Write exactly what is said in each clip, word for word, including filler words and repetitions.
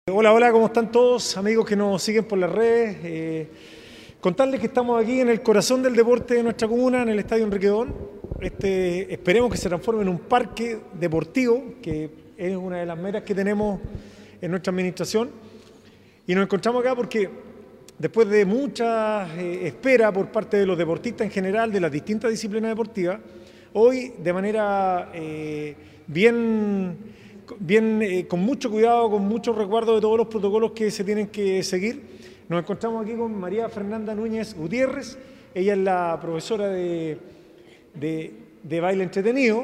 Hola, hola, ¿cómo están todos? Amigos que nos siguen por las redes. Eh, contarles que estamos aquí en el corazón del deporte de nuestra comuna, en el Estadio Enriquedón. Este, esperemos que se transforme en un parque deportivo, que es una de las metas que tenemos en nuestra administración. Y nos encontramos acá porque después de mucha eh, espera por parte de los deportistas en general, de las distintas disciplinas deportivas, hoy de manera eh, bien... bien eh, con mucho cuidado, con mucho resguardo de todos los protocolos que se tienen que seguir. Nos encontramos aquí con María Fernanda Núñez Gutiérrez. Ella es la profesora de, de, de baile entretenido.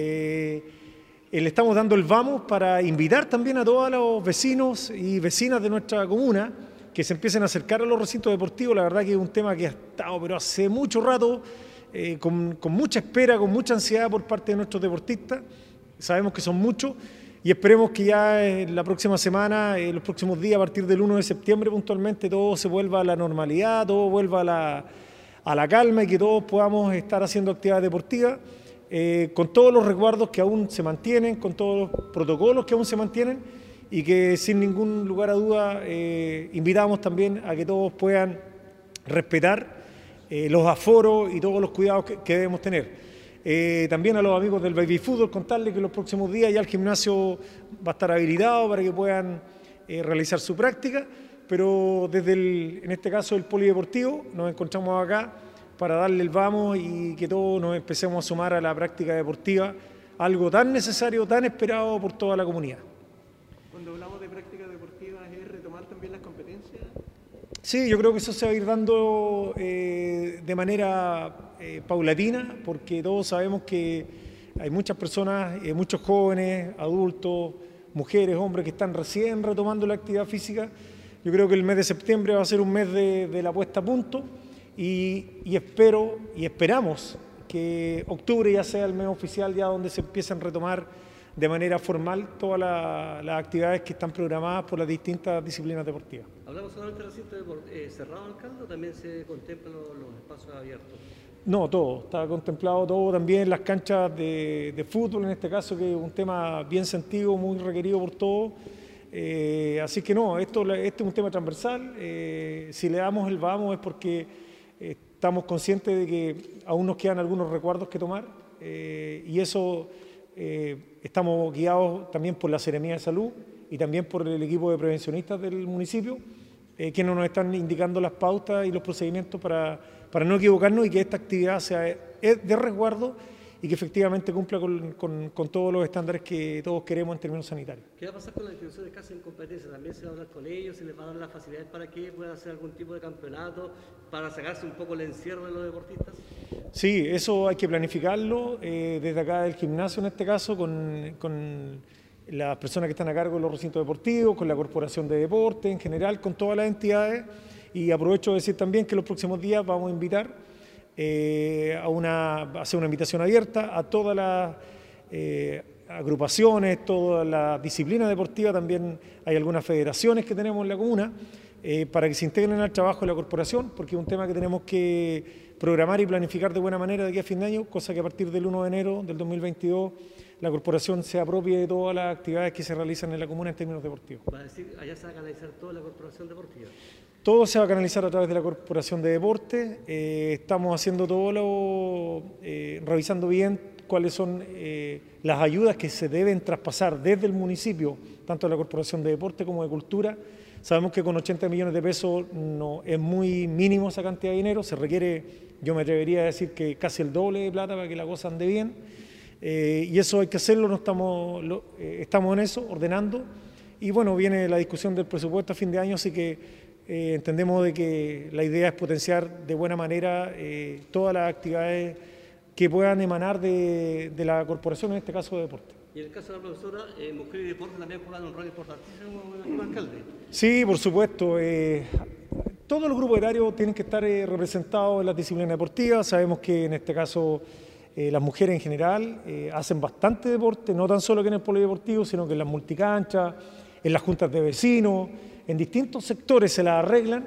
Eh, le estamos dando el vamos para invitar también a todos los vecinos y vecinas de nuestra comuna que se empiecen a acercar a los recintos deportivos. La verdad que es un tema que ha estado pero hace mucho rato, eh, con, con mucha espera, con mucha ansiedad por parte de nuestros deportistas. Sabemos que son muchos. Y esperemos que ya en la próxima semana, en los próximos días, a partir del uno de septiembre puntualmente, todo se vuelva a la normalidad, todo vuelva a la, a la calma y que todos podamos estar haciendo actividades deportivas eh, con todos los resguardos que aún se mantienen, con todos los protocolos que aún se mantienen y que sin ningún lugar a duda eh, invitamos también a que todos puedan respetar eh, los aforos y todos los cuidados que, que debemos tener. Eh, también a los amigos del baby fútbol contarles que los próximos días ya el gimnasio va a estar habilitado para que puedan eh, realizar su práctica, pero desde el, en este caso el polideportivo nos encontramos acá para darle el vamos y que todos nos empecemos a sumar a la práctica deportiva, algo tan necesario, tan esperado por toda la comunidad. Cuando hablamos de práctica deportiva, ¿es retomar también las competencias? Sí, yo creo que eso se va a ir dando eh, de manera eh, paulatina, porque todos sabemos que hay muchas personas, eh, muchos jóvenes, adultos, mujeres, hombres que están recién retomando la actividad física. Yo creo que el mes de septiembre va a ser un mes de, de la puesta a punto y, y espero y esperamos que octubre ya sea el mes oficial, ya donde se empiecen a retomar de manera formal todas la, las actividades que están programadas por las distintas disciplinas deportivas. ¿Hablamos solamente del recinto eh, cerrado, alcalde, o también se contemplan los, los espacios abiertos? No, todo, está contemplado todo, también las canchas de, de fútbol en este caso, que es un tema bien sentido, muy requerido por todos. Eh, así que no, esto este es un tema transversal. Eh, si le damos el vamos es porque eh, estamos conscientes de que aún nos quedan algunos recuerdos que tomar eh, y eso eh, estamos guiados también por la Seremía de Salud y también por el equipo de prevencionistas del municipio, eh, quienes nos están indicando las pautas y los procedimientos para, para no equivocarnos y que esta actividad sea de resguardo y que efectivamente cumpla con, con, con todos los estándares que todos queremos en términos sanitarios. ¿Qué va a pasar con las instituciones que hacen competencia? ¿También se va a hablar con ellos? ¿Se les va a dar las facilidades para que puedan hacer algún tipo de campeonato para sacarse un poco el encierro de los deportistas? Sí, eso hay que planificarlo eh, desde acá del gimnasio en este caso, con, con las personas que están a cargo de los recintos deportivos, con la Corporación de Deporte en general, con todas las entidades. Y aprovecho de decir también que los próximos días vamos a invitar eh, a, una, a hacer una invitación abierta a todas las eh, agrupaciones, todas las disciplinas deportivas, también hay algunas federaciones que tenemos en la comuna, eh, para que se integren al trabajo de la corporación, porque es un tema que tenemos que programar y planificar de buena manera de aquí a fin de año, cosa que a partir del uno de enero del dos mil veintidós la corporación se apropie de todas las actividades que se realizan en la comuna en términos deportivos. ¿Va a decir, allá se va a canalizar toda la corporación deportiva? Todo se va a canalizar a través de la Corporación de Deporte. Eh, estamos haciendo todo lo, eh, revisando bien cuáles son eh, las ayudas que se deben traspasar desde el municipio, tanto de la Corporación de Deporte como de Cultura. Sabemos que con ochenta millones de pesos no, es muy mínimo esa cantidad de dinero, se requiere, yo me atrevería a decir que casi el doble de plata para que la cosa ande bien. Eh, y eso hay que hacerlo, no estamos, lo, eh, estamos en eso, ordenando. Y bueno, viene la discusión del presupuesto a fin de año, así que Eh, entendemos de que la idea es potenciar de buena manera eh, todas las actividades que puedan emanar de, de la corporación, en este caso de deporte. Y en el caso de la profesora, eh, mujer y deporte también juegan un rol importantísimo, señor alcalde. Sí, por supuesto. Eh, todos los grupos etarios tienen que estar eh, representados en las disciplinas deportivas. Sabemos que en este caso eh, las mujeres en general eh, hacen bastante deporte, no tan solo que en el polideportivo, sino que en las multicanchas, en las juntas de vecinos. En distintos sectores se las arreglan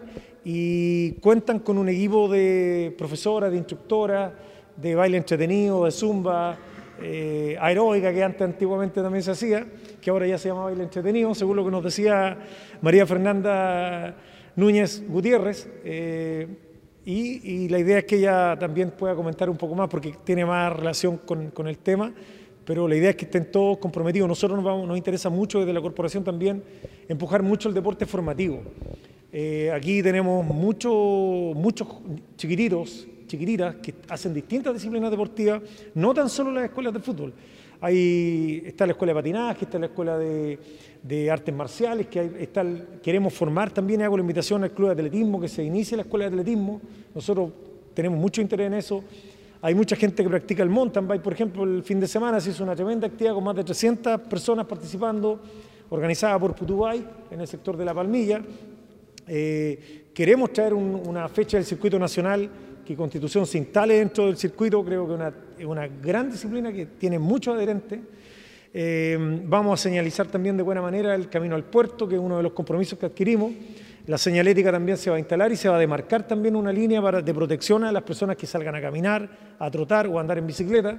y cuentan con un equipo de profesoras, de instructoras, de baile entretenido, de zumba, eh, aeróbica que antes antiguamente también se hacía, que ahora ya se llama baile entretenido, según lo que nos decía María Fernanda Núñez Gutiérrez, eh, y, y la idea es que ella también pueda comentar un poco más porque tiene más relación con, con el tema, pero la idea es que estén todos comprometidos. Nosotros nos, vamos, nos interesa mucho desde la corporación también empujar mucho el deporte formativo. Eh, aquí tenemos muchos muchos chiquititos, chiquititas que hacen distintas disciplinas deportivas, no tan solo las escuelas de fútbol. Hay, está la escuela de patinaje, está la escuela de, de artes marciales, que hay, está el, queremos formar también, hago la invitación al club de atletismo, que se inicie la escuela de atletismo. Nosotros tenemos mucho interés en eso. Hay mucha gente que practica el mountain bike, por ejemplo, el fin de semana se hizo una tremenda actividad con más de trescientas personas participando, organizada por Putubay, en el sector de La Palmilla. Eh, queremos traer un, una fecha del circuito nacional, que Constitución se instale dentro del circuito, creo que una, es una gran disciplina que tiene muchos adherentes. Eh, vamos a señalizar también de buena manera el camino al puerto, que es uno de los compromisos que adquirimos. La señalética también se va a instalar y se va a demarcar también una línea para, de protección a las personas que salgan a caminar, a trotar o a andar en bicicleta.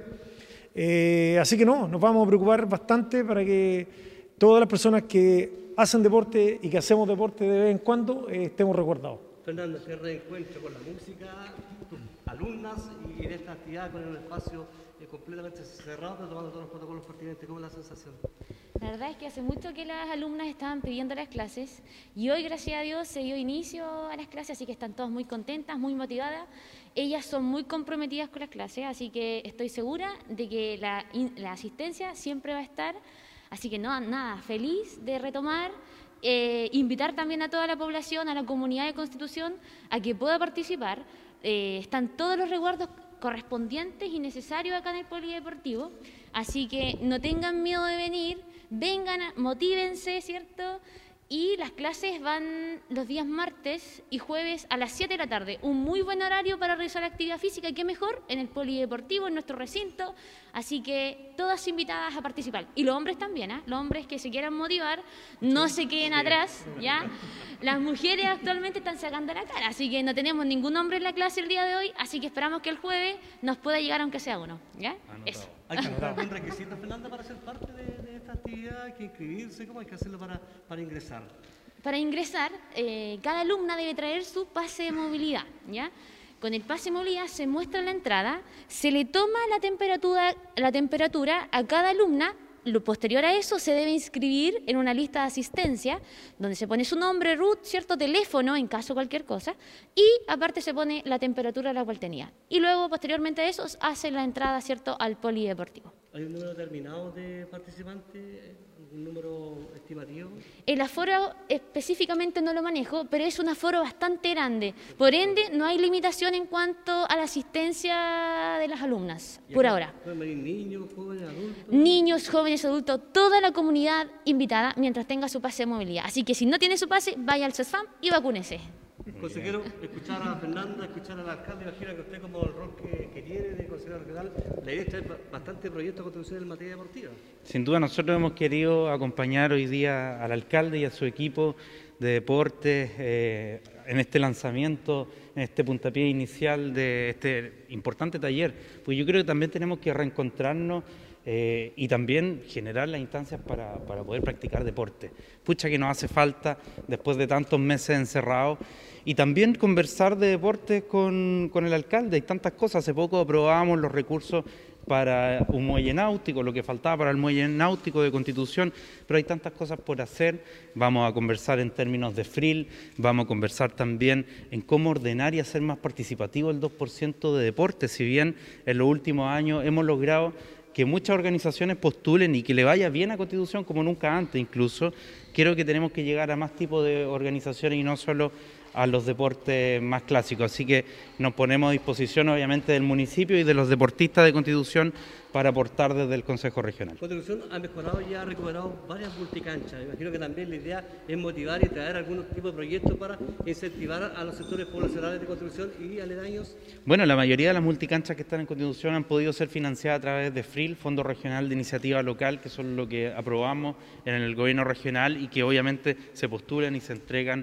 Eh, así que no, nos vamos a preocupar bastante para que todas las personas que hacen deporte y que hacemos deporte de vez en cuando eh, estemos recordados. Fernanda, este reencuentro con la música, tus alumnas y en esta actividad con un espacio eh, completamente cerrado, pero tomando todos los protocolos pertinentes, ¿cómo es la sensación? La verdad es que hace mucho que las alumnas estaban pidiendo las clases y hoy, gracias a Dios, se dio inicio a las clases, así que están todas muy contentas, muy motivadas. Ellas son muy comprometidas con las clases, así que estoy segura de que la, la asistencia siempre va a estar. Así que no, nada, feliz de retomar. Eh, invitar también a toda la población, a la comunidad de Constitución, a que pueda participar. Eh, están todos los resguardos correspondientes y necesarios acá en el polideportivo, así que no tengan miedo de venir, vengan, motívense, ¿cierto? Y las clases van los días martes y jueves a las siete de la tarde. Un muy buen horario para realizar actividad física, y qué mejor, en el polideportivo, en nuestro recinto. Así que todas invitadas a participar. Y los hombres también, ¿eh? Los hombres que se quieran motivar, no se queden atrás, ¿ya? Las mujeres actualmente están sacando la cara, así que no tenemos ningún hombre en la clase el día de hoy, así que esperamos que el jueves nos pueda llegar aunque sea uno, ¿ya? Eso. ¿Hay que tener algún requisito, Fernanda, para ser parte de, de esta actividad? ¿Hay que inscribirse? ¿Cómo hay que hacerlo para, para ingresar? Para ingresar, eh, cada alumna debe traer su pase de movilidad, ¿ya? Con el pase de movilidad se muestra la entrada, se le toma la temperatura, la temperatura a cada alumna. Lo posterior a eso se debe inscribir en una lista de asistencia donde se pone su nombre, root, cierto teléfono en caso de cualquier cosa, y aparte se pone la temperatura a la cual tenía. Y luego, posteriormente a eso, hace la entrada, cierto, al polideportivo. ¿Hay un número determinado de participantes? ¿Un número estimativo? El aforo específicamente no lo manejo, pero es un aforo bastante grande. Por ende, no hay limitación en cuanto a la asistencia de las alumnas, por ahora. ¿Pueden venir niños, jóvenes, adultos? Niños, jóvenes, adultos, toda la comunidad invitada mientras tenga su pase de movilidad. Así que si no tiene su pase, vaya al CESFAM y vacúnese. Consejero, escuchar a Fernanda, escuchar al alcalde, imagino que usted, como el rol que, que tiene de consejero regional, la idea es traer bastante proyectos de contribución en materia deportiva. Sin duda, nosotros hemos querido acompañar hoy día al alcalde y a su equipo de deportes eh, en este lanzamiento, en este puntapié inicial de este importante taller, pues yo creo que también tenemos que reencontrarnos Eh, y también generar las instancias para, para poder practicar deporte. Pucha que nos hace falta después de tantos meses encerrados, y también conversar de deporte con, con el alcalde. Hay tantas cosas, hace poco aprobábamos los recursos para un muelle náutico, lo que faltaba para el muelle náutico de Constitución, pero hay tantas cosas por hacer. Vamos a conversar en términos de F R I L, vamos a conversar también en cómo ordenar y hacer más participativo el dos por ciento de deporte, si bien en los últimos años hemos logrado que muchas organizaciones postulen y que le vaya bien a Constitución como nunca antes incluso. Creo que tenemos que llegar a más tipos de organizaciones y no solo a los deportes más clásicos. Así que nos ponemos a disposición obviamente del municipio y de los deportistas de Constitución para aportar desde el Consejo Regional. Constitución ha mejorado y ha recuperado varias multicanchas. Me imagino que también la idea es motivar y traer algún tipo de proyectos para incentivar a los sectores poblacionales de Constitución y aledaños. Bueno, la mayoría de las multicanchas que están en Constitución han podido ser financiadas a través de F R I L, Fondo Regional de Iniciativa Local, que son lo que aprobamos en el gobierno regional y que obviamente se postulan y se entregan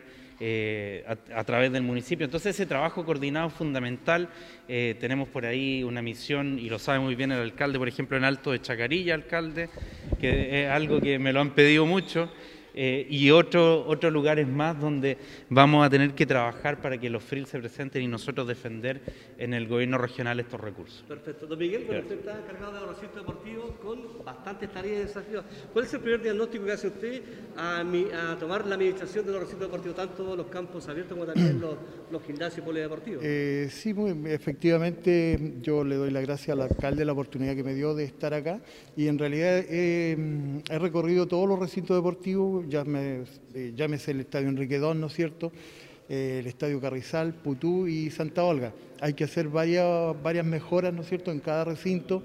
eh, a, a través del municipio. Entonces ese trabajo coordinado es fundamental. Eh, tenemos por ahí una misión, y lo sabe muy bien el alcalde, por ejemplo, en Alto de Chacarilla, alcalde, que es algo que me lo han pedido mucho. Eh, y otro, otros lugares más donde vamos a tener que trabajar para que los F R I L se presenten y nosotros defender en el gobierno regional estos recursos. Perfecto. Don Miguel, bueno, usted está encargado de los recintos deportivos con bastantes tareas y desafíos. ¿Cuál es el primer diagnóstico que hace usted a, mi, a tomar la administración de los recintos deportivos, tanto los campos abiertos como también los, los gimnasios polideportivos? Eh, sí, muy, efectivamente yo le doy las gracias al alcalde la oportunidad que me dio de estar acá, y en realidad eh, he recorrido todos los recintos deportivos. Llámese, eh, llámese el Estadio Enriquedón, ¿no es cierto?, eh, el Estadio Carrizal, Putú y Santa Olga. Hay que hacer varias, varias mejoras, ¿no es cierto?, en cada recinto,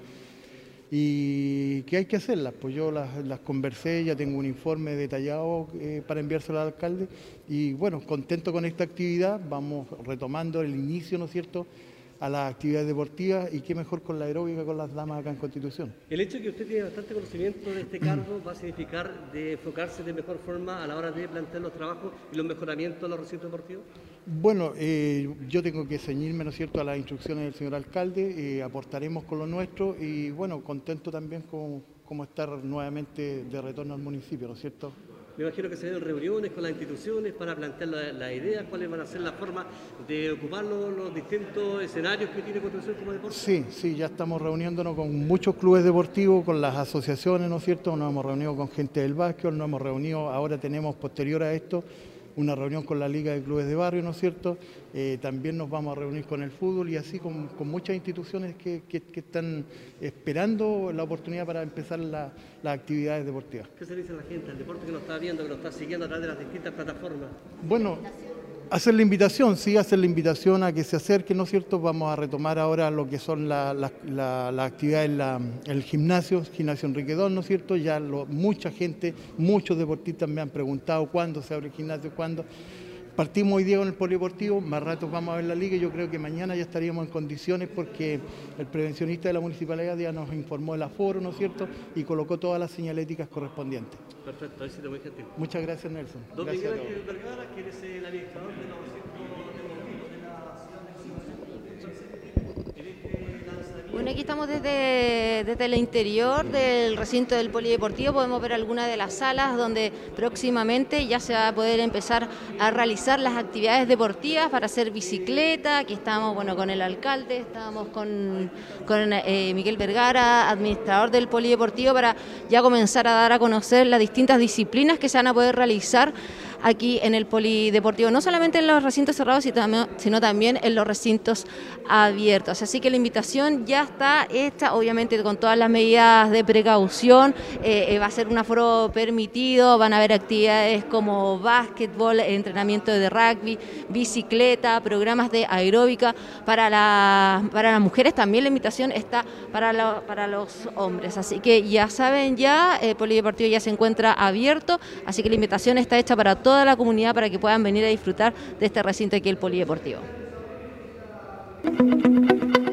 y que hay que hacerlas. Pues yo las, las conversé, ya tengo un informe detallado eh, para enviárselo al alcalde, y bueno, contento con esta actividad. Vamos retomando el inicio, ¿no es cierto?, a las actividades deportivas, y qué mejor con la aeróbica, con las damas acá en Constitución. El hecho de que usted tiene bastante conocimiento de este cargo va a significar de enfocarse de mejor forma a la hora de plantear los trabajos y los mejoramientos de los recintos deportivos. Bueno, eh, yo tengo que ceñirme, ¿no es cierto?, a las instrucciones del señor alcalde. Eh, aportaremos con lo nuestro, y bueno, contento también con, con estar nuevamente de retorno al municipio, ¿no es cierto? Me imagino que se den reuniones con las instituciones para plantear las la ideas, cuáles van a ser las formas de ocupar los, los distintos escenarios que tiene Constitución como deporte. Sí, sí, ya estamos reuniéndonos con muchos clubes deportivos, con las asociaciones, ¿no es cierto? Nos hemos reunido con gente del básquetbol, nos hemos reunido, ahora tenemos posterior a esto una reunión con la Liga de Clubes de Barrio, ¿no es cierto? Eh, también nos vamos a reunir con el fútbol, y así con, con muchas instituciones que, que, que están esperando la oportunidad para empezar la, las actividades deportivas. ¿Qué se le dice a la gente, al deporte que nos está viendo, que nos está siguiendo a través de las distintas plataformas? Bueno, hacer la invitación, sí, hacer la invitación a que se acerquen, ¿no es cierto? Vamos a retomar ahora lo que son las la, la, la actividades en la, el gimnasio, gimnasio Enriquedón, ¿no es cierto? Ya lo, mucha gente, muchos deportistas me han preguntado cuándo se abre el gimnasio, cuándo. Partimos hoy día con el polideportivo, más rato vamos a ver la liga, y yo creo que mañana ya estaríamos en condiciones, porque el prevencionista de la municipalidad ya nos informó del aforo, ¿no es cierto?, y colocó todas las señaléticas correspondientes. Perfecto, éxito, muy gentil. Muchas gracias, Nelson. Don Gracias Miguel a todos. Ángel Vergara, quien es el administrador de los recintos deportivos de la ciudad de Concepción. En este lanzamiento... Bueno, aquí estamos desde, desde el interior del recinto del polideportivo. Podemos ver algunas de las salas donde próximamente ya se va a poder empezar a realizar las actividades deportivas para hacer bicicleta. Aquí estamos, bueno, con el alcalde, estábamos con, con eh, Miguel Vergara, administrador del polideportivo, para ya comenzar a dar a conocer las distintas disciplinas que se van a poder realizar aquí en el polideportivo, no solamente en los recintos cerrados, sino también en los recintos abiertos. Así que la invitación ya está hecha, obviamente con todas las medidas de precaución. Eh, va a ser un aforo permitido, van a haber actividades como básquetbol, entrenamiento de rugby, bicicleta, programas de aeróbica. Para, la, para las mujeres también la invitación está para, la, para los hombres. Así que ya saben, ya el polideportivo ya se encuentra abierto, así que la invitación está hecha para toda la comunidad para que puedan venir a disfrutar de este recinto aquí, el polideportivo.